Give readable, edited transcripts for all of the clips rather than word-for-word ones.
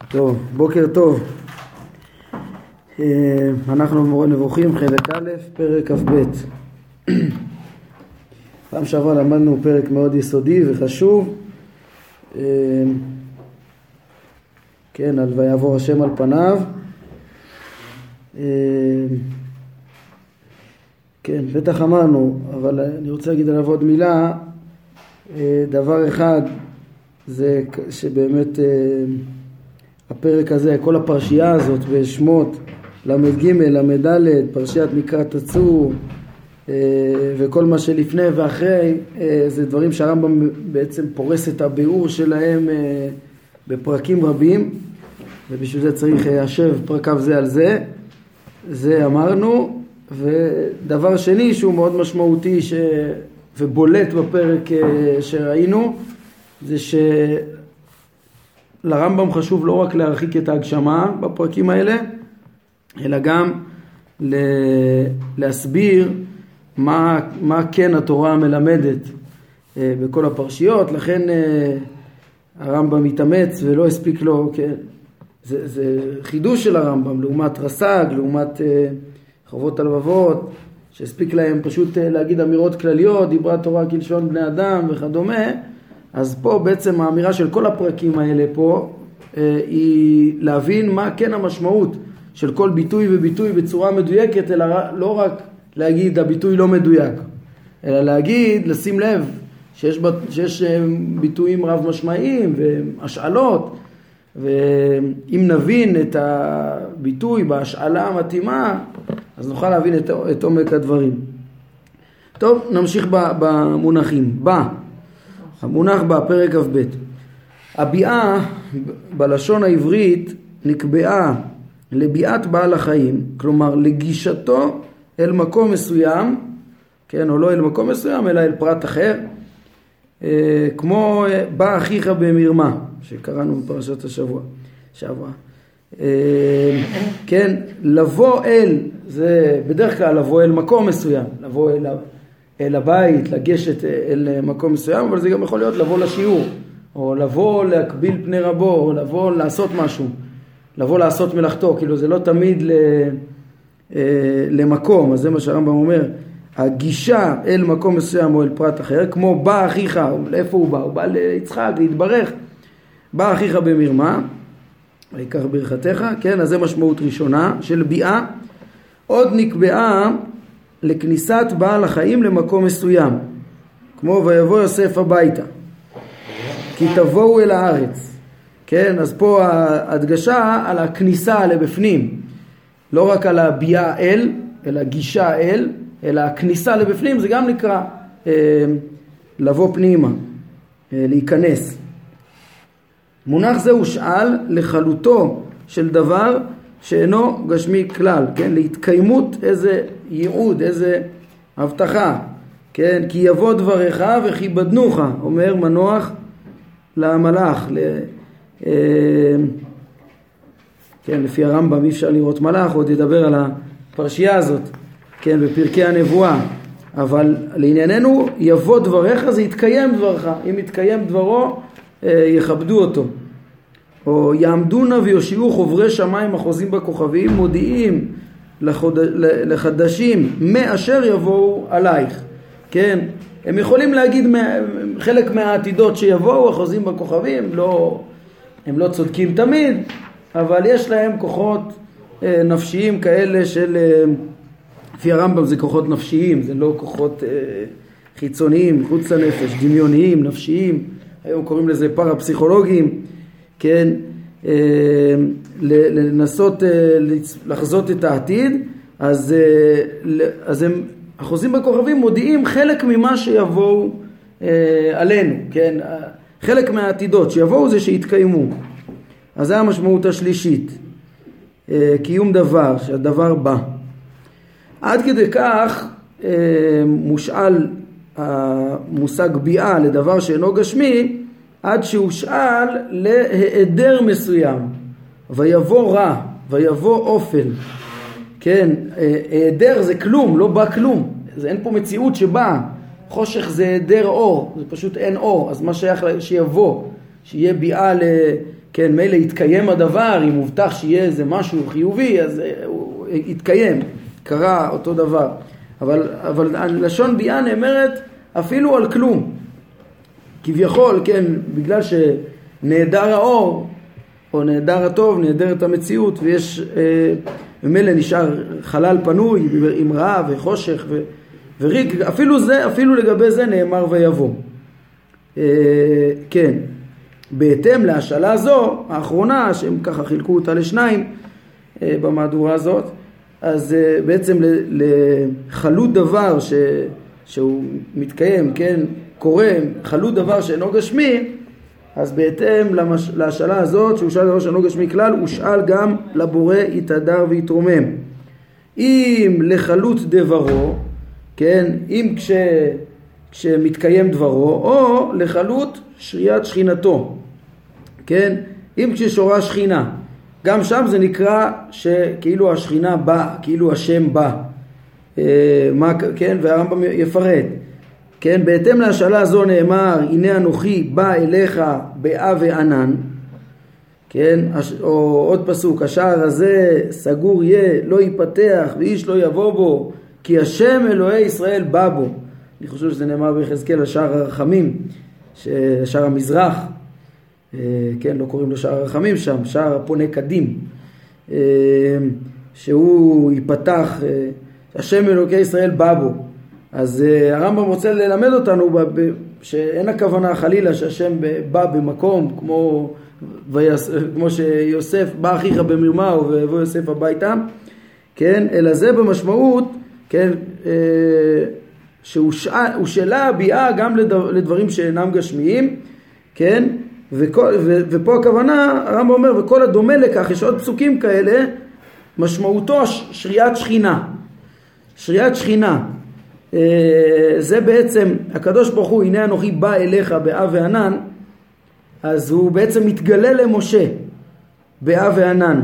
טוב, בוקר טוב. אנחנו נבוכים חלק א', פרק כ"ב. פעם שעברה למדנו פרק מאוד יסודי וחשוב. כן, על ויעבור השם על פניו. כן, בטח אמרנו, אבל אני רוצה להגיד עליו עוד מילה. דבר אחד זה שבאמת הפרק הזה, כל הפרשייה הזאת בשמות למד ג' למד ד', פרשיית מקרא תצור וכל מה שלפני ואחרי, זה דברים שהרמב"ם בעצם פורס את הביאור שלהם בפרקים רבים, ובשביל זה צריך להשב פרקיו זה על זה. זה אמרנו. ודבר שני שהוא מאוד משמעותי ובולט בפרק שראינו, זה שלרמב"ם חשוב לא רק להרחיק את ההגשמה בפרקים האלה, אלא גם להסביר מה כן התורה מלמדת בכל הפרשיות. לכן הרמב"ם מתאמץ ולא הספיק לו, כן, זה חידוש של הרמב"ם לעומת רס"ג, לעומת חובות הלבבות, שהספיק להם פשוט להגיד אמירות כלליות, דיברה תורה כלשון בני אדם וכדומה. אז פה בעצם האמירה של כל הפרקים האלה פה היא להבין מה כן המשמעות של כל ביטוי וביטוי בצורה מדויקת, אלא לא רק להגיד הביטוי לא מדויק, אלא להגיד, לשים לב שיש ביטויים רב משמעיים והשאלות, ואם נבין את הביטוי בהשאלה המתאימה, אז נוכל להבין את עומק הדברים. טוב, נמשיך במונחים. המונח בפרק כ"ב. הביאה בלשון העברית נקבעה לביאת בעל החיים, כלומר לגישתו אל מקום מסוים, כן, או לא אל מקום מסוים, אלא אל פרט אחר, כמו בא אחיך במרמה, שקראנו בפרשת השבוע שעברה. כן, לבוא אל, זה בדרך כלל לבוא אל מקום מסוים, לבוא אל הבית, לגשת אל מקום מסוים, אבל זה גם יכול להיות לבוא לשיעור, או לבוא להקביל פני רבו, או לבוא לעשות משהו, לבוא לעשות מלאכתו. כאילו זה לא תמיד למקום. אז זה מה שהרמב"ם אומר, הגישה אל מקום מסוים או אל פרט אחר, כמו בא אחיך, איפה הוא בא? הוא בא ליצחק להתברך, בא אחיך במרמה, ויקח ברכתך, כן, אז זה משמעות ראשונה של ביאה. עוד נקבעה לכניסת בעל החיים למקום מסוים, כמו ויבוא יוסף הביתה, כי תבואו אל הארץ. כן, אז פה ההדגשה על הכניסה לבפנים, לא רק על הביאה אל, אלא גישה אל, אלא הכניסה לבפנים, זה גם נקרא לבוא פנימה, להיכנס. מונח זה הושאל לחלוטו של דבר שאינו גשמי כלל, כן, להתקיימות איזה ייעוד, איזה הבטחה, כן, כי יבוא דבריך וכיבדנוך, אומר מנוח למלאך. כן, לפי הרמב"ם אי אפשר לראות מלאך, עוד ידבר על הפרשייה הזאת, כן, בפרקי הנבואה, אבל לענייננו יבוא דבריך, זה יתקיים דברך. אם יתקיים דברו יכבדו אותו. או יעמדונה ויושיעו חוברי שמיים החוזים בכוכבים, מודיעים לחדשים מאשר יבואו עלייך. כן, הם יכולים להגיד חלק מהעתידות שיבואו החוזים בכוכבים, הם לא צודקים תמיד, אבל יש להם כוחות נפשיים כאלה של, לפי הרמב"ם זה כוחות נפשיים, זה לא כוחות חיצוניים, חוץ לנפש, דמיוניים, נפשיים, היום קוראים לזה פרפסיכולוגים, כן, לנסות לחזות את העתיד. אז הם, החוזים בכוכבים מודיעים חלק ממה שיבואו עלינו, כן, חלק מהעתידות שיבואו זה שיתקיימו. אז זה המשמעות השלישית, קיום דבר, שהדבר בא. עד כדי כך מושאל המושג ביאה לדבר שאינו גשמי, עד שהושאל להיעדר מסוים, ויבוא רע, ויבוא אופל. כן, היעדר זה כלום, לא בא כלום, אין פה מציאות שבאה. חושך זה היעדר אור, זה פשוט אין אור. אז מה שייך שיבוא, שיהיה ביאה כן, מילא יתקיים הדבר, אם מובטח שיהיה איזה משהו חיובי, אז הוא יתקיים, קרה אותו דבר. אבל לשון ביאה נאמרת אפילו על כלום. כביכול, כן, בגלל שנעדר האור, או נעדר הטוב, נעדרת המציאות, ויש, מילא נשאר חלל פנוי, עם רע וחושך וריק, אפילו לגבי זה נאמר ויבוא. כן. בהתאם להשאלה זו, האחרונה, שהם ככה חילקו אותה לשניים במהדורה הזאת, אז בעצם לחלות דבר שהוא מתקיים, כן, קורה, חלות דבר שאינו גשמי, אז בהתאם להשאלה הזאת, שהוא שאל דבר שאינו גשמי כלל, הוא שאל גם לבורא יתהדר ויתרומם. אם לחלות דברו, כן, אם כשמתקיים דברו, או לחלות שריית שכינתו, כן, אם כששורה שכינה, גם שם זה נקרא שכאילו השכינה בא, כאילו השם בא, כן, והרמב"ם יפרט, כן, בהתאם להשאלה זו נאמר, הנה אנוכי בא אליך באה וענן, כן, או עוד פסוק, השער הזה סגור יהיה, לא ייפתח ואיש לא יבוא בו, כי השם אלוהי ישראל בא בו. אני חושב שזה נאמר ביחזקאל, השער הרחמים, שער המזרח, כן, לא קוראים לו שער הרחמים שם, שער הפונה קדים, שהוא ייפתח, השם אלוקי ישראל בא בו. אז הרמב"ם רוצה ללמד אותנו שאין הכוונה חלילה שהשם בא במקום, כמו שיוסף בא אחיך במרמה ובוא יוסף הביתה, כן, אלא זה במשמעות, כן, שהוא שאלה ביאה גם לדברים שאינם גשמיים, כן, ופה הכוונה, הרמב"ם אומר, וכל הדומה לכך, יש עוד פסוקים כאלה, משמעותו שריית שכינה. שריית שכינה, זה בעצם, הקדוש ברוך הוא, הנה אנוכי בא אליך באה וענן, אז הוא בעצם מתגלה למשה באה וענן.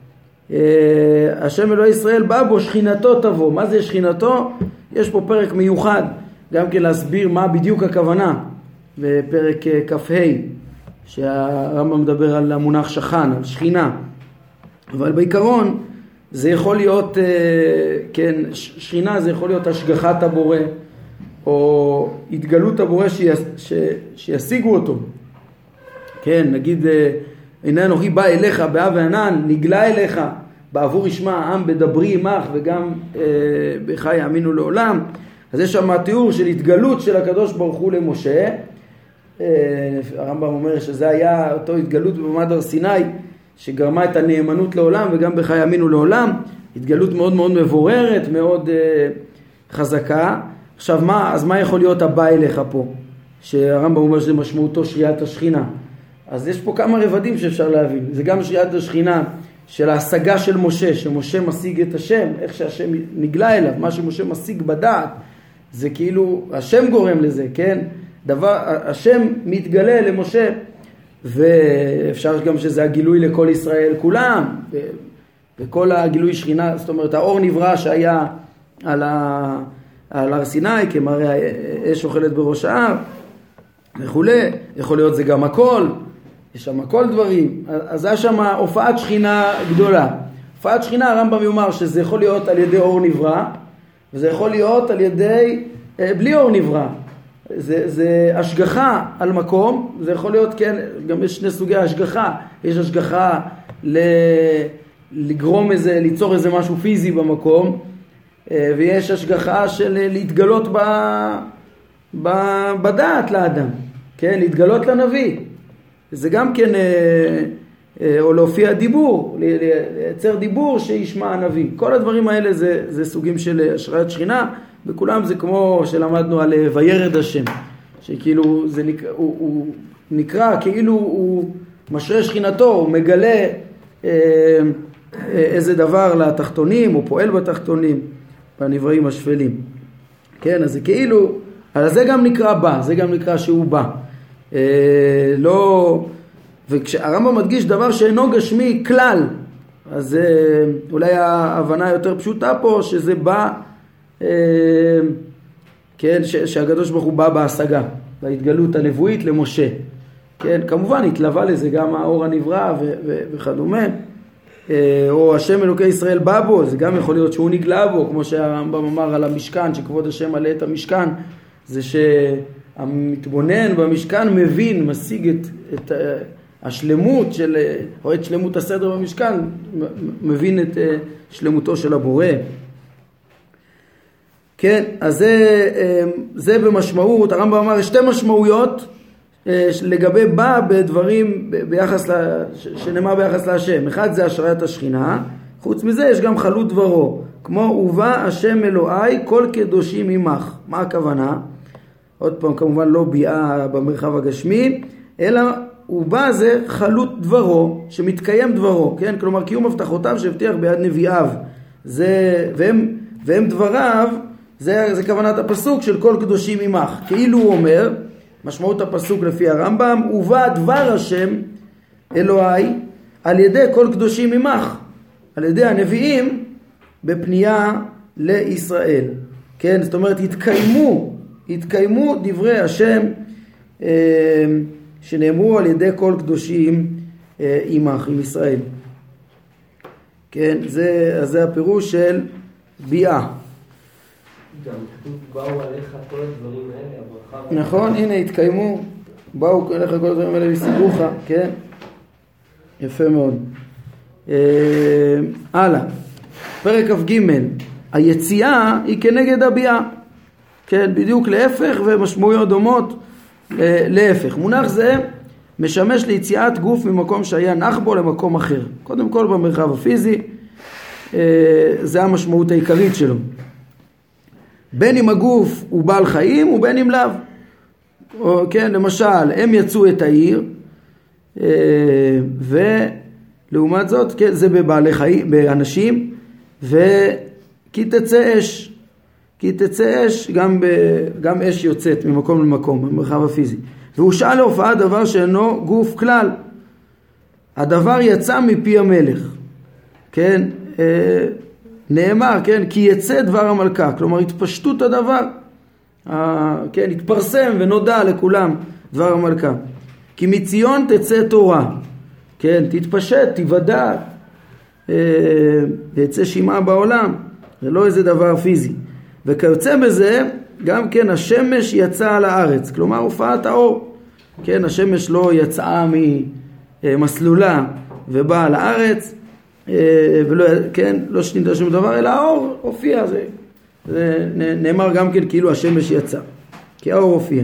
השם אלוהי ישראל בא בו, שכינתו תבוא. מה זה שכינתו? יש פה פרק מיוחד גם כן להסביר מה בדיוק הכוונה בפרק כ"ה, שהרמב"ם מדבר על המונח שכן, על שכינה, אבל בעיקרון זה יכול להיות, כן, שכינה זה יכול להיות השגחת הבורא או התגלות הבורא שישיגו אותו, כן, נגיד הנה אנוכי בא אליך באה וענן, נגלה אליך בעבור ישמע העם בדברי עמך וגם בך יאמינו לעולם. אז יש שם תיאור של התגלות של הקדוש ברוך הוא למשה. הרמב"ם אומר שזה היה אותו התגלות במעמד הר סיני שגרמה את הנאמנות לעולם וגם בך יאמינו לעולם. התגלות מאוד מאוד מבוררת, מאוד חזקה. עכשיו אז מה יכול להיות הבא אליך פה? שהרמב"ם אומר שזה משמעותו שריית השכינה. אז יש פה כמה רבדים שאפשר להבין. זה גם שריית השכינה של ההשגה של משה, שמשה משיג את השם, איך שהשם נגלה אליו, מה שמשה משיג בדעת, זה כאילו השם גורם לזה, כן? השם מתגלה למשה, ואפשר גם שזה הגילוי לכל ישראל כולם, וכל הגילוי שכינה, זאת אומרת האור נברא שהיה על הר סיני, כמראה אש אוכלת בראש ההר, וכולי, יכול להיות זה גם הכל, יש שם הכל דברים, אז יש שם הופעת שכינה גדולה. הופעת שכינה, הרמב"ם יאמר שזה יכול להיות על ידי אור נברא, וזה יכול להיות על ידי בלי אור נברא. זה השגחה על מקום, זה יכול להיות, כן, גם יש שני סוגי השגחה. יש השגחה לגרום ליצור איזה משהו פיזי במקום, ויש השגחה של להתגלות בדעת לאדם, כן, להתגלות לנביא. זה גם כן, או להופיע דיבור, לייצר דיבור שישמע הנביא. כל הדברים האלה זה סוגים של השראת שכינה, וכולם זה כמו שלמדנו על וירד השם, שכאילו הוא נקרא כאילו הוא משרה שכינתו, הוא מגלה איזה דבר לתחתונים, הוא פועל בתחתונים, בנבראים השפלים. כן, אז זה כאילו, אז זה גם נקרא בא, זה גם נקרא שהוא בא. לא, וכשהרמב"ם מדגיש דבר שאינו גשמי כלל, אז אולי ההבנה יותר פשוטה פה, שזה בא, כן, שהקדוש ברוך הוא בא בהשגה, בהתגלות הנבואית למשה. כן, כמובן התלווה לזה גם האור הנברא וכדומה, או השם אלוקי ישראל בא בו, זה גם יכול להיות שהוא נגלה בו, כמו שהרמב"ם אמר על המשכן, שכבוד השם מלא את המשכן, זה שהמתבונן במשכן מבין, משיג את השלמות של, או את שלמות הסדר במשכן, מבין את שלמותו של הבורא. כן, אז זה במשמעות, הרמב"ם אמר שתי משמעויות לגבי בא בדברים ביחס שנאמר ביחס להשם. אחד זה השראת השכינה, חוץ מזה יש גם חלות דברו, כמו ובא השם אלוהי כל קדושים עמך. מה הכוונה? עוד פעם, כמובן לא ביאה במרחב הגשמי, אלא ובא זה חלות דברו, שמתקיים דברו, כן? כלומר קיום הבטחותיו שהבטיח ביד נביאיו, והם דבריו, זה כוונת הפסוק של כל קדושים עמך. כאילו הוא אומר, משמעות הפסוק לפי הרמב"ם, ובא דבר השם אלוהי על ידי כל קדושים עמך, על ידי הנביאים בפנייה לישראל. כן, זאת אומרת התקיימו דברי השם שנאמרו על ידי כל קדושים עמך, עם ישראל. כן, זה הפירוש של ביאה. גם כתוב באו עליך כל הדברים האלה, הברכה. נכון, הנה התקיימו, באו עליך כל הדברים האלה לסיבוך, כן? יפה מאוד. הלאה, פרק כ"ג, היציאה היא כנגד הביאה, כן, בדיוק להפך, ומשמעויות דומות להפך. מונח זה משמש ליציאת גוף ממקום שהיה נח בו למקום אחר. קודם כל במרחב הפיזי, זה המשמעות העיקרית שלו. בין אם הגוף הוא בעל חיים ובין אם לאו. כן, למשל, הם יצאו את העיר, ולעומת זאת, כן, זה בבעלי חיים, באנשים, כי תצא אש. כי תצא אש, גם אש יוצאת ממקום למקום, במרחב הפיזי. והוא שאל להופעה דבר שאינו גוף כלל. הדבר יצא מפי המלך. כן, נאמר, כן, כי יצא דבר המלכה, כלומר התפשטות הדבר, כן, התפרסם ונודע לכולם דבר המלכה. כי מציון תצא תורה, כן, תתפשט, תיוודע, ויצא שמעה בעולם, זה לא איזה דבר פיזי. וכיוצא בזה, גם כן השמש יצאה על הארץ, כלומר הופעת האור, כן, השמש לא יצאה ממסלולה ובאה על הארץ, ולא, כן, לא שינתה שום דבר, אלא האור הופיע, זה נאמר גם כן כאילו השמש יצא, כי האור הופיע.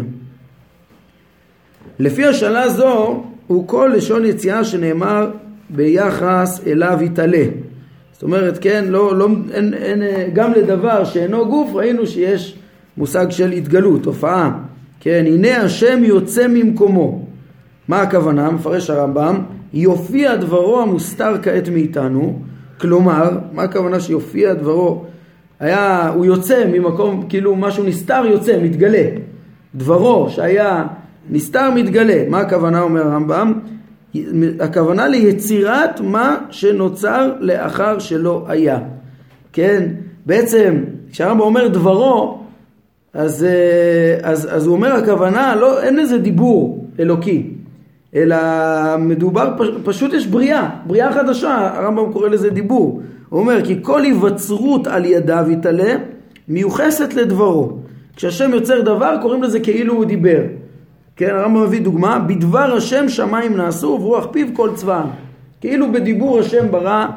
לפי השאלה זו, הוא כל לשון יציאה שנאמר ביחס אליו יתעלה. זאת אומרת, כן, אין, גם לדבר שאינו גוף, ראינו שיש מושג של התגלות, תופעה. כן, הנה השם יוצא ממקומו. מה הכוונה? מפרש הרמב"ם, יופיע דברו המוסתר כעת מאיתנו. כלומר, מה הכוונה שיופיע דברו? הוא יוצא ממקום, כאילו משהו נסתר יוצא, מתגלה. דברו שהיה נסתר מתגלה. מה הכוונה, אומר הרמב"ם? הכוונה ליצירת מה שנוצר לאחר שלא היה. כן, בעצם כשהרמב"ם אומר דברו, אז הוא אומר הכוונה, לא, אין איזה דיבור אלוקי, אלא מדובר, פשוט יש בריאה חדשה, הרמב"ם קורא לזה דיבור. הוא אומר כי כל היווצרות על ידיו יתעלה מיוחסת לדברו. כשהשם יוצר דבר קוראים לזה כאילו הוא דיבר. כן, הרמב"ם מביא דוגמה, בדבר השם שמיים נעשו וברוח פיו כל צבאם. כאילו בדיבור השם ברא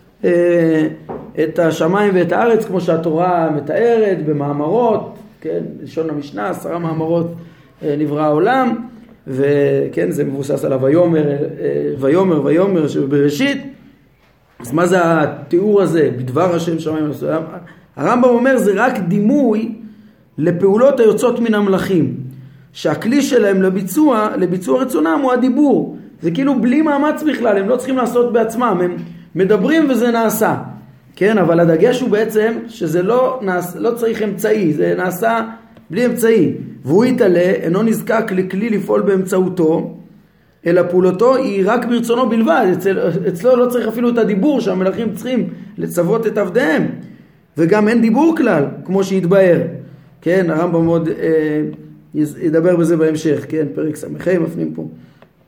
את השמיים ואת הארץ, כמו שהתורה מתארת במאמרות, כן, לשון המשנה, 10 מאמרות נברא העולם, וכן, זה מבוסס על ויאמר שבראשית. אז מה זה התיאור הזה, בדבר השם שמיים נעשו? הרמב"ם אומר זה רק דימוי לפעולות היוצאות מן המלאכים, שהכלי שלהם לביצוע רצונם הוא הדיבור. זה כאילו בלי מאמץ בכלל, הם לא צריכים לעשות בעצמם, הם מדברים וזה נעשה. כן, אבל הדגש הוא בעצם שזה לא צריך אמצעי, זה נעשה בלי אמצעי. והוא יתעלה, אינו נזקק לכלי לפעול באמצעותו, אלא פעולתו היא רק ברצונו בלבד. אצלו לא צריך אפילו את הדיבור שהמלאכים צריכים לצוות את עבדיהם. וגם אין דיבור כלל, כמו שהתבאר. כן, הרמב"ם עוד ידבר בזה בהמשך, כן, פרק ס"ה מפנים פה.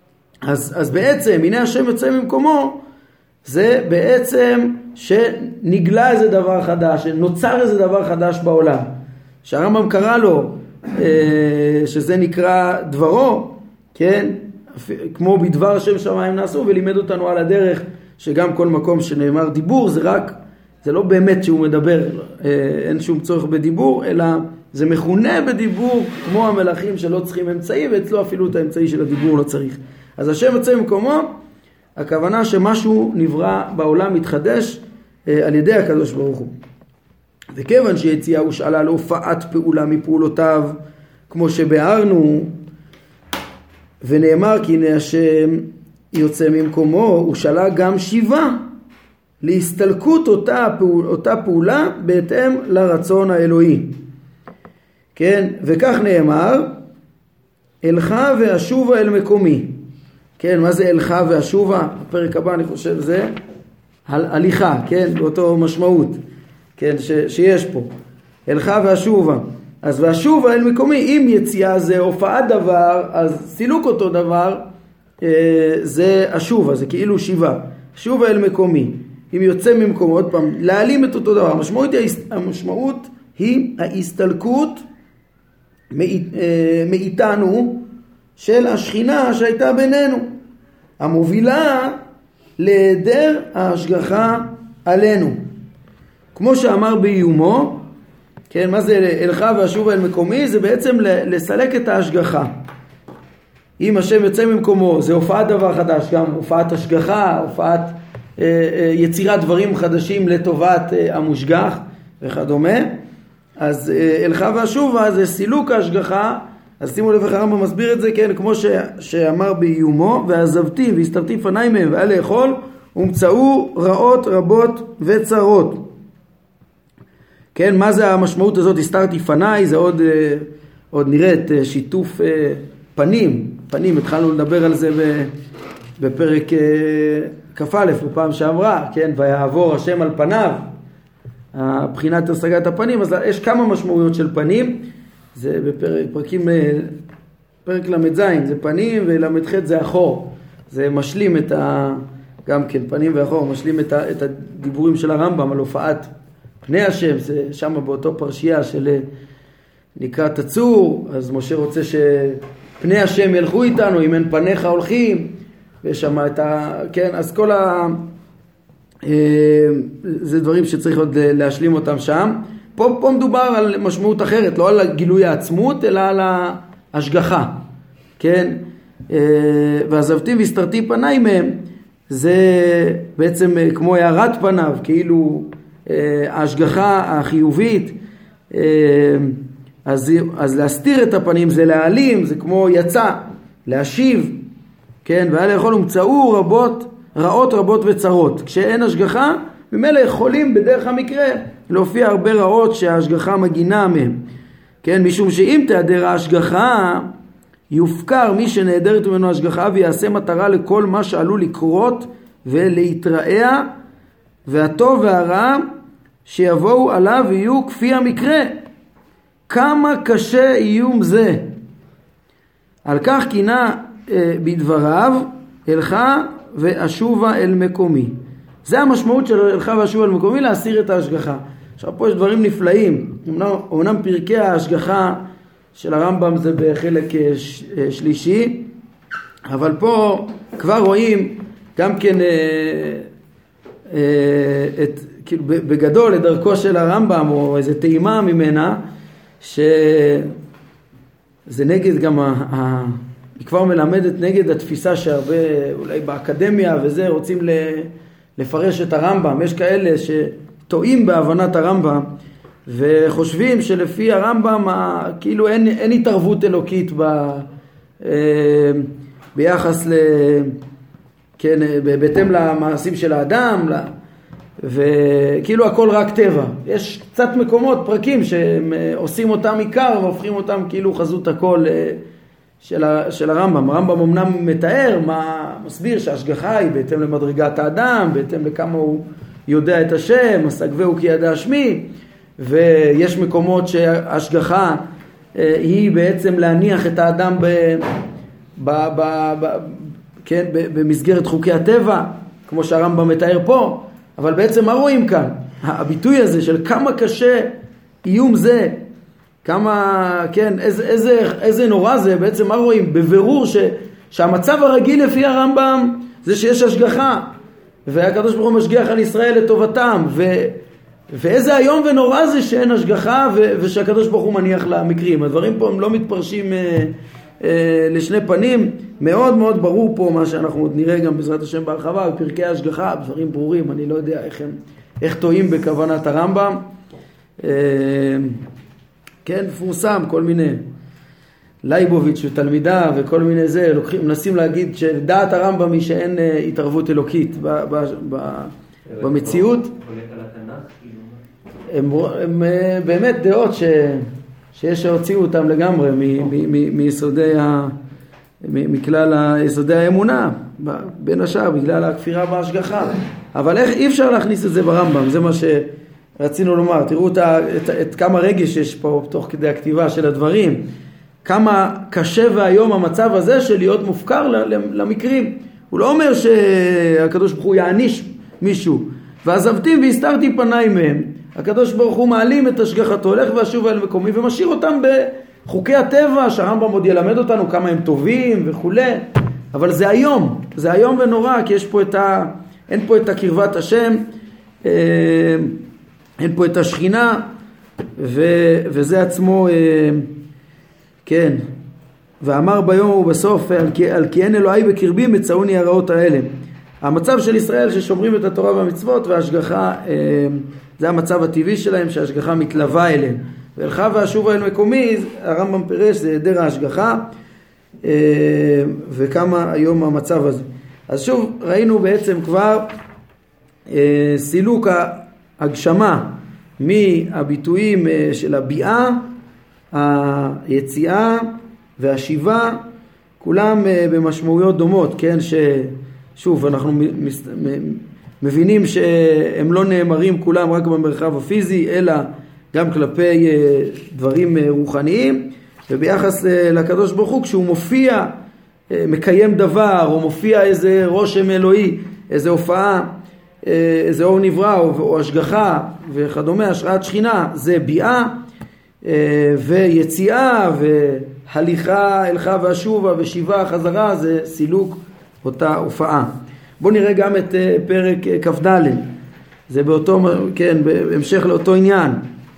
אז בעצם, הנה השם יוצא ממקומו, זה בעצם שנגלה איזה דבר חדש, שנוצר איזה דבר חדש בעולם. שהרמב"ם קרא לו, שזה נקרא דברו, כן? כמו בדבר השם שמיים נעשו, ולימד אותנו על הדרך שגם כל מקום שנאמר דיבור, זה לא באמת שהוא מדבר, אין שום צורך בדיבור, אלא זה מכונה בדיבור כמו המלאכים שלא צריכים אמצעי, ואצלו אפילו את האמצעי של הדיבור לא צריך. אז השם יוצא ממקומו, הכוונה שמשהו נברא בעולם מתחדש על ידי הקדוש ברוך הוא. וכיוון שיציאה הושאלה להופעת פעולה מפעולותיו, כמו שבארנו, ונאמר כי הנה השם יוצא ממקומו, הושאלה גם שיבה, להסתלקות אותה פעולה בהתאם לרצון האלוהי. כן, וכך נאמר, אלך ואשובה אל מקומי. כן, מה זה אלך ואשובה? הפרק הבא אני חושב זה הליכה, כן, באותו משמעות, כן, שיש פה. אלך ואשובה. אז ואשובה אל מקומי, אם יציאה זה הופעת דבר, אז סילוק אותו דבר, זה אשובה, זה כאילו שיבה. שובה אל מקומי. אם יוצא ממקומו, עוד פעם, להעלים את אותו דבר. המשמעות היא ההסתלקות מאיתנו של השכינה שהייתה בינינו, המובילה להיעדר ההשגחה עלינו. כמו שאמר באיומו, כן, מה זה אלך ואשובה אל מקומי? זה בעצם לסלק את ההשגחה. אם השם יוצא ממקומו, זה הופעת דבר חדש, גם הופעת השגחה, הופעת יצירת דברים חדשים לטובת המושגח וכדומה. אז אלך ואשובה זה סילוק ההשגחה. אז שימו לב איך הרמב"ם מסביר את זה, כן, כמו שאמר באיומו, ועזבתי והסתרתי פניי מהם ועל לאכול, ומצאו רעות רבות וצרות. כן, מה זה המשמעות הזאת? הסתרתי פניי, זה עוד נראית שיתוף פנים, התחלנו לדבר על זה בפרק כ"א בפעם שעברה, כן, ויעבור השם על פניו, בחינת השגת הפנים. אז יש כמה משמעויות של פנים, זה פרק למ"ז זה פנים, ולמ"ח זה אחור, זה משלים גם כן פנים ואחור, משלים את הדיבורים של הרמב"ם על הופעת פני השם. זה שם באותו פרשייה של נקרא תצור, אז משה רוצה שפני השם ילכו איתנו, אם אין פניך הולכים, ושם כן, אז כל זה דברים שצריך עוד להשלים אותם שם. פה מדובר על משמעות אחרת, לא על גילוי העצמות, אלא על ההשגחה, כן? ועזבתי והסתרתי פניי מהם, זה בעצם כמו הערת פניו, כאילו ההשגחה החיובית. אז להסתיר את הפנים זה להעלים, זה כמו יצא, להשיב, כן? והיה לאכול ומצאו רעות רבות וצרות. כשאין השגחה, ממילא יכולים בדרך המקרה להופיע הרבה רעות שההשגחה מגינה מהם, כן? משום שאם תיעדר ההשגחה, יופקר מי שנעדרת ממנו השגחה, ויעשה מטרה לכל מה שעלול לקרות ולהתראה, והטוב והרע שיבואו עליו יהיו כפי המקרה. כמה קשה איום זה. על כך כינה בדבריו, אלך ואשובה אל מקומי. זה המשמעות של אלך ואשובה אל מקומי, להסיר את ההשגחה. עכשיו פה יש דברים נפלאים. אומנם פרקי ההשגחה של הרמב"ם זה בחלק שלישי, אבל פה כבר רואים גם כן כאילו בגדול את דרכו של הרמב"ם, או איזה טעימה ממנה, שזה נגד גם היא כבר מלמדת נגד התפיסה שהרבה אולי באקדמיה וזה רוצים לפרש את הרמב"ם. יש כאלה שטועים בהבנת הרמב"ם וחושבים שלפי הרמב"ם כאילו אין התערבות אלוקית ביחס כן, בהתאם למעשים של האדם, וכאילו הכל רק טבע. יש קצת מקומות, פרקים שהם עושים אותם עיקר והופכים אותם כאילו חזות הכל של הרמב"ם. הרמב"ם אמנם מתאר, מסביר שההשגחה היא בהתאם למדרגת האדם, בהתאם לכמה הוא יודע את השם, הסגבהו כי ידע שמי, ויש מקומות שההשגחה היא בעצם להניח את האדם כן, במסגרת חוקי הטבע, כמו שהרמב"ם מתאר פה, אבל בעצם מה רואים כאן? הביטוי הזה של כמה קשה איום זה, כמה, כן, איזה נורא זה, בעצם מה רואים? בבירור שהמצב הרגיל לפי הרמב"ם זה שיש השגחה, והקדוש ברוך הוא משגיח על ישראל לטובתם, ואיזה היום ונורא זה שאין השגחה, ושהקדוש ברוך הוא מניח למקרים. הדברים פה הם לא מתפרשים לשני פנים, מאוד מאוד ברור פה מה שאנחנו עוד נראה גם בעזרת השם בהרחבה, בפרקי ההשגחה, דברים ברורים, אני לא יודע איך טועים בכוונת הרמב"ם. כן, פורסם כל מיני, לייבוביץ' ותלמידה וכל מיני זה, מנסים להגיד שדעת הרמב"ם היא שאין התערבות אלוקית במציאות. הם באמת דעות שיש שהוציאו אותם לגמרי מכלל יסודי האמונה, בין השאר בגלל הכפירה בהשגחה. אבל אי אפשר להכניס את זה ברמב"ם, זה מה שרצינו לומר. תראו את כמה רגש יש פה תוך כדי הכתיבה של הדברים, כמה קשה והיום המצב הזה של להיות מופקר למקרים. הוא לא אומר שהקדוש ברוך הוא יעניש מישהו, ועזבתי והסתרתי פניי מהם. הקדוש ברוך הוא מעלים את השגחתו, הולך ואשוב אל מקומי ומשאיר אותם בחוקי הטבע, שהרמב"ם עוד ילמד אותנו כמה הם טובים וכו'. אבל זה היום ונורא, כי יש פה אין פה את הקרבת השם, אין פה את השכינה, וזה עצמו, כן. ואמר ביום ובסוף, על כי אין אלוהי בקרבי מצאוני הרעות האלה. המצב של ישראל ששומרים את התורה והמצוות וההשגחה, זה המצב הטבעי שלהם, שההשגחה מתלווה אליהם. והלכה ואשובה אל מקומי, הרמב"ם פירש, זה היעדר ההשגחה, וכמה היום המצב הזה. אז שוב ראינו בעצם כבר סילוק ההגשמה מהביטויים של הביאה, היציאה והשיבה, כולם במשמעויות דומות, כן? ששוב אנחנו מבינים שהם לא נאמרים כולם רק במרחב הפיזי, אלא גם כלפי דברים רוחניים. וביחס לקדוש ברוך הוא, כשהוא מופיע, מקיים דבר, או מופיע איזה רושם אלוהי, איזה הופעה, איזה אור נברא, או השגחה וכדומה, השראת שכינה, זה ביאה, ויציאה והליכה אלכה ואשובה ושיבה חזרה, זה סילוק אותה הופעה. בואו נראה גם את פרק כ"ד, זה כן, בהמשך לאותו עניין.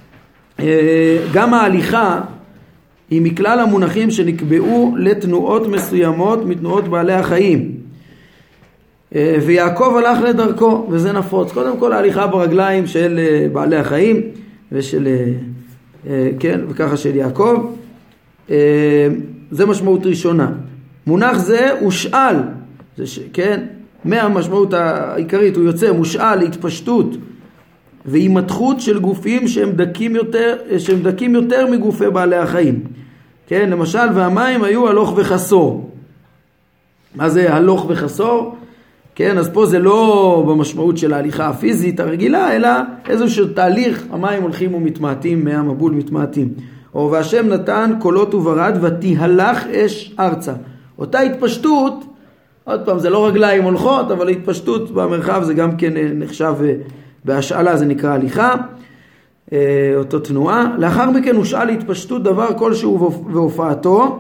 גם ההליכה היא מכלל המונחים שנקבעו לתנועות מסוימות מתנועות בעלי החיים. ויעקב הלך לדרכו, וזה נפוץ. קודם כל ההליכה ברגליים של בעלי החיים, ושל, כן, וככה של יעקב. זה משמעות ראשונה. מונח זה הושאל, כן, מהמשמעות העיקרית, הוא יוצא מושאל להתפשטות והימתחות של גופים שהם דקים יותר מגופי בעלי החיים. כן, למשל, והמים היו הלוך וחסור. מה זה הלוך וחסור? כן, אז פה זה לא במשמעות של ההליכה הפיזית הרגילה, אלא איזשהו תהליך, המים הולכים ומתמעטים, מהמבול מתמעטים. או והשם נתן קולות וברד ותהלך אש ארצה. אותה התפשטות, עוד פעם, זה לא רגליים הולכות, אבל התפשטות במרחב זה גם כן נחשב בהשאלה, זה נקרא הליכה, אותו תנועה. לאחר מכן הושאל להתפשטות דבר כלשהו והופעתו,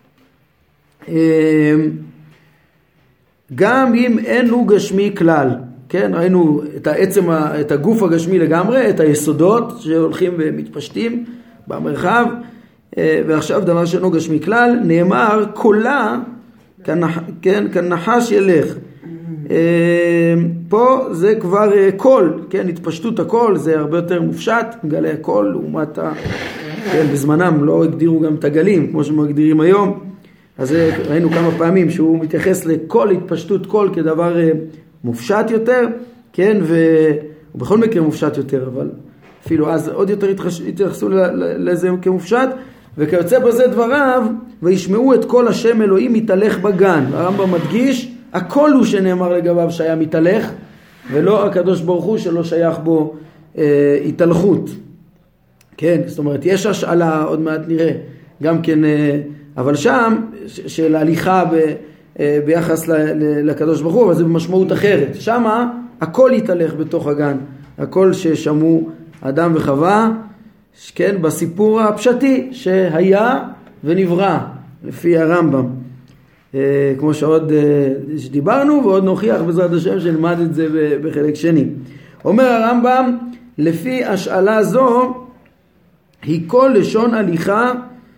גם אם אין הוא גשמי כלל. כן, ראינו את הגוף הגשמי לגמרי, את היסודות שהולכים ומתפשטים במרחב, ועכשיו דבר שאינו גשמי כלל, נאמר קולה, כן, כנחש ילך. פה זה כבר קול, כן, התפשטות הקול, זה הרבה יותר מופשט, גלי הקול, לעומת כן, בזמנם לא הגדירו גם את הגלים, כמו שמגדירים היום, אז ראינו כמה פעמים שהוא מתייחס לכל התפשטות קול כדבר מופשט יותר, כן, ובכל מקרה מופשט יותר, אבל אפילו אז עוד יותר התייחסו לזה כמופשט, וכיוצא בזה דבריו, וישמעו את כל השם אלוהים מתהלך בגן. הרמב"ם מדגיש, הכל הוא שנאמר לגביו שהיה מתהלך, ולא הקדוש ברוך הוא שלא שייך בו התהלכות. כן, זאת אומרת, יש השאלה, עוד מעט נראה, גם כן, אבל שם, של ההליכה ביחס לקדוש ברוך הוא, אבל זה במשמעות אחרת. שמה הכל יתהלך בתוך הגן, הכל ששמעו אדם וחווה, כן, בסיפור הפשטי שהיה ונברא לפי הרמב"ם, כמו שעוד שדיברנו, ועוד נוכיח בעזרת השם שנלמד את זה בחלק שני. אומר הרמב"ם, לפי השאלה זו היא כל לשון הליכה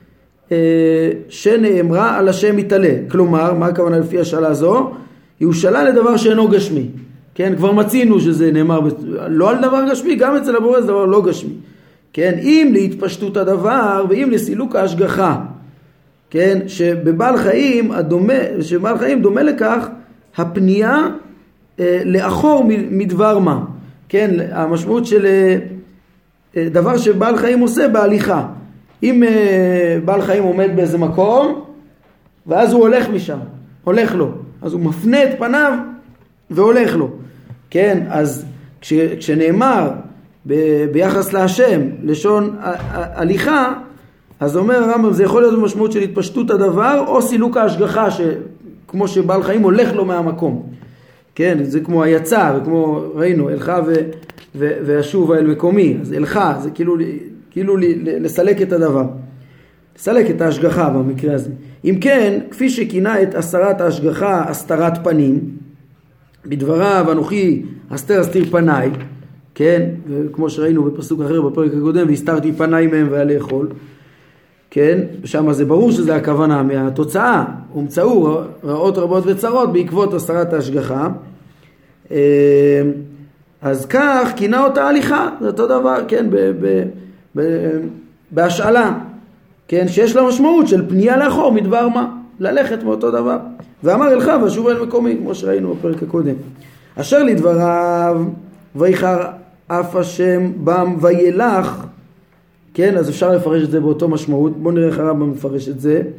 שנאמרה על השם יתעלה. כלומר, מה הכוונה לפי השאלה זו? היא הושאלה לדבר שאינו גשמי. כן, כבר מצינו שזה נאמר לא על דבר גשמי, גם אצל הבורא זה דבר לא גשמי. כן, אם להתפשטות הדבר ואם לסילוק ההשגחה. כן, שבבעל חיים דומה לכך הפנייה לאחור מדבר מה. כן, המשמעות של דבר שבעל חיים עושה בהליכה. אם בעל חיים עומד באיזה מקום ואז הוא הולך משם, הולך לו, אז הוא מפנה את פניו והולך לו. כן, אז כשנאמר ביחס להשם לשון הליכה, אז אומר הרמב"ם זה יכול להיות במשמעות של התפשטות הדבר או סילוק ההשגחה, כמו שבעל חיים הולך לו מהמקום. כן, זה כמו היצא, וכמו ראינו אלך ואשובה אל מקומי. אז אלך זה כאילו לסלק את הדבר, לסלק את ההשגחה במקרה הזה. אם כן, כפי שכינה את הסרת ההשגחה הסתרת פנים, בדבריו אנוכי הסתיר פניי, כן, וכמו שראינו בפסוק אחר בפרק הקודם, והסתרתי פניי מהם והיה לאכול, כן, שם זה ברור שזה הכוונה מהתוצאה, ומצאו רעות רבות וצרות בעקבות הסרת ההשגחה. אז כך כינה אותה הליכה, זה אותו דבר, כן, בהשאלה, כן, שיש לה משמעות של פנייה לאחור מדבר מה, ללכת מאותו דבר. ואמר אלך ואשובה אל מקומי, כמו שראינו בפרק הקודם. אשר לדבריו ויחר אף השם בם וילך, כן, אז אפשר לפרש את זה באותו משמעות. בואו נראה איך הרמב"ם מפרש את זה.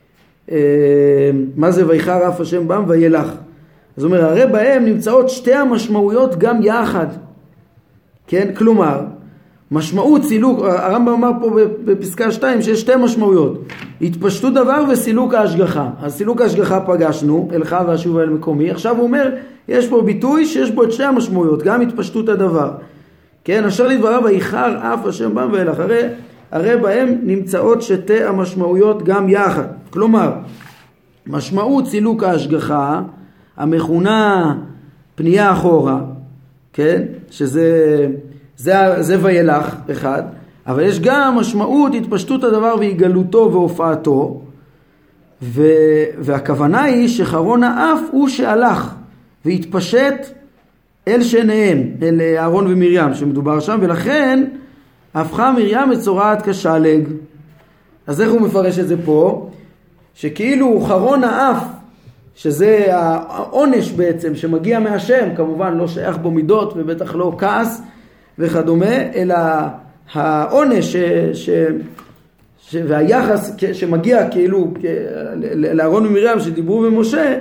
מה זה ויחר אף השם בם וילך? אז אומר, הרי בהם נמצאות שתי המשמעויות גם יחד. כן, כלומר, משמעות סילוק, הרמב"ם אמר פה בפסקה 2 שיש שתי משמעויות, התפשטות דבר וסילוק ההשגחה. אז סילוק ההשגחה פגשנו, אלך ואשובה אל מקומי. עכשיו הוא אומר, יש פה ביטוי שיש בו את שתי המשמעויות, גם התפשטות הדבר. כן, אשר לדבריו ויחר אף השם בם וילך, הרי בהם נמצאות שתי המשמעויות גם יחד. כלומר, משמעות סילוק ההשגחה המכונה פנייה אחורה, כן, זה וילך אחד, אבל יש גם משמעות התפשטות הדבר והגלותו והופעתו, והכוונה היא שחרון האף הוא שהלך והתפשט אל שניהם, אל אהרון ומרים שמדובר שם, ולכן הפכה מרים מצורעת כשלג. אז איך הוא מפרש את זה פה? שכאילו חרון האף, שזה העונש בעצם שמגיע מהשם, כמובן לא שייך בו מידות ובטח לא כעס וכדומה, אלא העונש והיחס שמגיע כאילו לאהרון ומרים שדיברו במשה,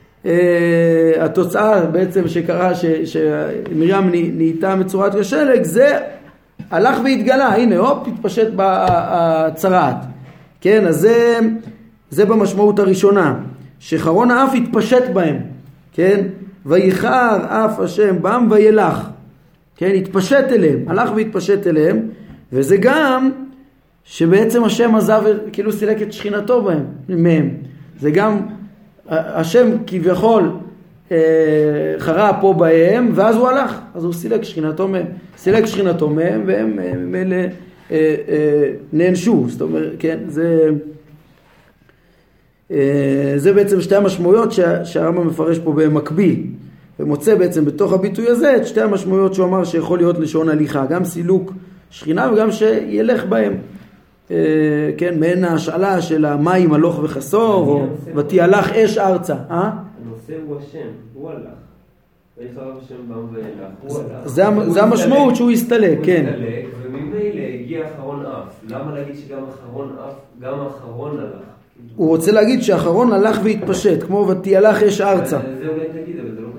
התוצאה בעצם שקרה שמרים נהייתה מצורת כשלג, זה הלך והתגלה, הנה הופ התפשט בצרעת. כן, אז זה במשמעות הראשונה, שחרון האף התפשט בהם, כן, ויחר אף השם בם וילך, כן, התפשט אליהם, הלך והתפשט אליהם, וזה גם שבעצם השם עזב, כאילו סילק את שכינתו מהם. זה גם השם כביכול חרה פה בהם, ואז הוא הלך, אז הוא סילק שכינתו מהם, והם נענשו. זאת אומרת, כן, זה בעצם שתי המשמעויות שהרמב"ם מפרש פה במקביל, ומוצא בעצם בתוך הביטוי הזה את שתי המשמעויות שהוא אמר שיכול להיות לשון הליכה, גם סילוק שכינה וגם שילך בהם, כן, מעין ההשאלה של המים הלוך וחסור, או ותהלך אש ארצה. הנושא הוא השם, הוא הלך. ויחר השם בם וילך, זה המשמעות שהוא יסתלק, כן. הוא יסתלק, וממילא הגיע אחרון אף. למה להגיד שגם אחרון אף, גם אחרון הלך? הוא רוצה להגיד שאחרון הלך והתפשט, כמו ותהלך אש ארצה. זה אולי תגיד, אבל זה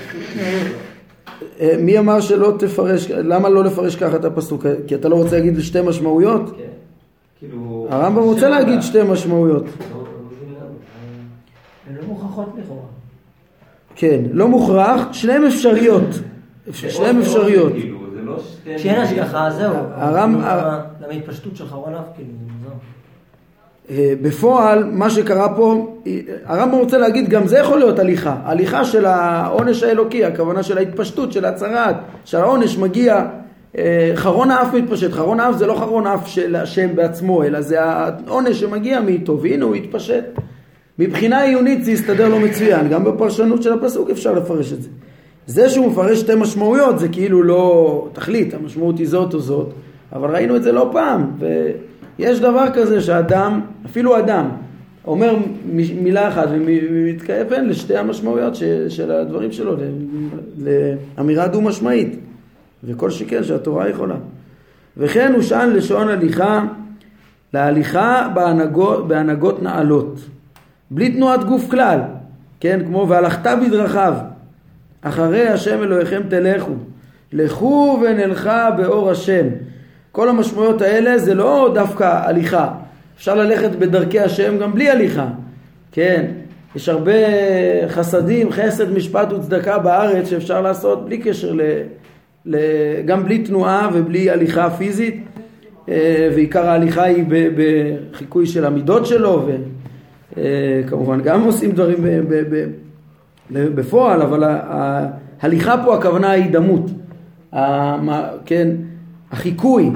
לא... מי אמר שלא תפרש, למה לא לפרש ככה את הפסוק? כי אתה לא רוצה להגיד שתי משמעויות? כן. כאילו... הרמב"ם רוצה להגיד שתי משמעויות. זה לא מוכרח מוכרחות לכאורה. כן, לא מוכרח, שניהם אפשריות. שניהם אפשריות. כשאין השגחה, זהו. למתפשטות של חרון אף כאילו, זהו. בפועל, מה שקרה פה, הרמב"ם רוצה להגיד, גם זה יכול להיות הליכה. הליכה של העונש האלוקי, הכוונה של ההתפשטות, של הצרת, שהעונש מגיע, חרון האף מתפשט. חרון האף זה לא חרון האף של השם בעצמו, אלא זה העונש שמגיע מאיתו, והנה הוא התפשט. מבחינה עיונית זה יסתדר לו מצוין, גם בפרשנות של הפסוק אפשר לפרש את זה. זה שהוא מפרש שתי משמעויות זה כאילו לא תכלית, המשמעות היא זאת או זאת, אבל ראינו את זה לא פעם, ויש דבר כזה שאדם, אפילו אדם, אומר מילה אחת ומתכוון לשתי המשמעויות של הדברים שלו, לאמירה דו משמעית, וכל שכן שהתורה יכולה. וכן הוא שאל לשון הליכה, להליכה בהנהגות נעלות, בלי תנועת גוף כלל, כן, כמו והלכת בדרכיו, אחרי השם אלוהיכם תלכו, לכו ונלכה באור השם. כל המשמעויות האלה זה לא דווקא הליכה, אפשר ללכת בדרכי השם גם בלי הליכה, כן, יש הרבה חסדים, חסד, משפט וצדקה בארץ שאפשר לעשות בלי קשר גם בלי תנועה ובלי הליכה פיזית, ועיקר ההליכה היא בחיקוי של המידות שלו, וכמובן גם עושים דברים בפועל, אבל ההליכה פה הכוונה ההידמות, כן, החיקוי,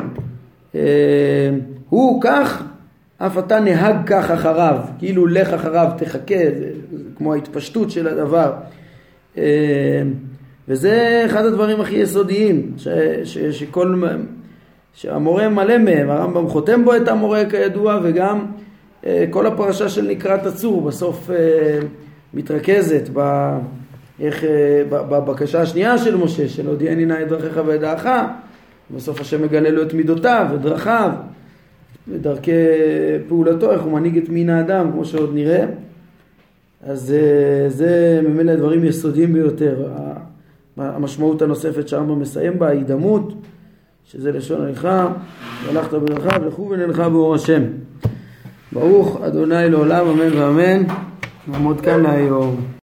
הוא כך, אף אתה נהג כך אחריו, כאילו לך אחריו, תחכה, כמו ההתפשטות של הדבר. וזה אחד הדברים הכי יסודיים, שהמורה מלא מהם, הרמב"ם חותם בו את המורה כידוע, וגם כל הפרשה של נקראת הצור בסוף מתרכזת בבקשה השנייה של משה, של הודיעני נא את דרכיך ואת דרכך, בסוף השם מגלה לו את מידותיו ודרכיו, ודרכי פעולתו, איך הוא מנהיג את מין האדם, כמו שעוד נראה. אז זה ממילא דברים יסודיים ביותר. המשמעות הנוספת שהרמב"ם מסיים בה, ההידמות, שזה לשון הליכה, והלכת בדרכיו, לכו ונלכה באור השם. ברוך אדוני לעולם, אמן ואמן. נעמוד כאן להיום.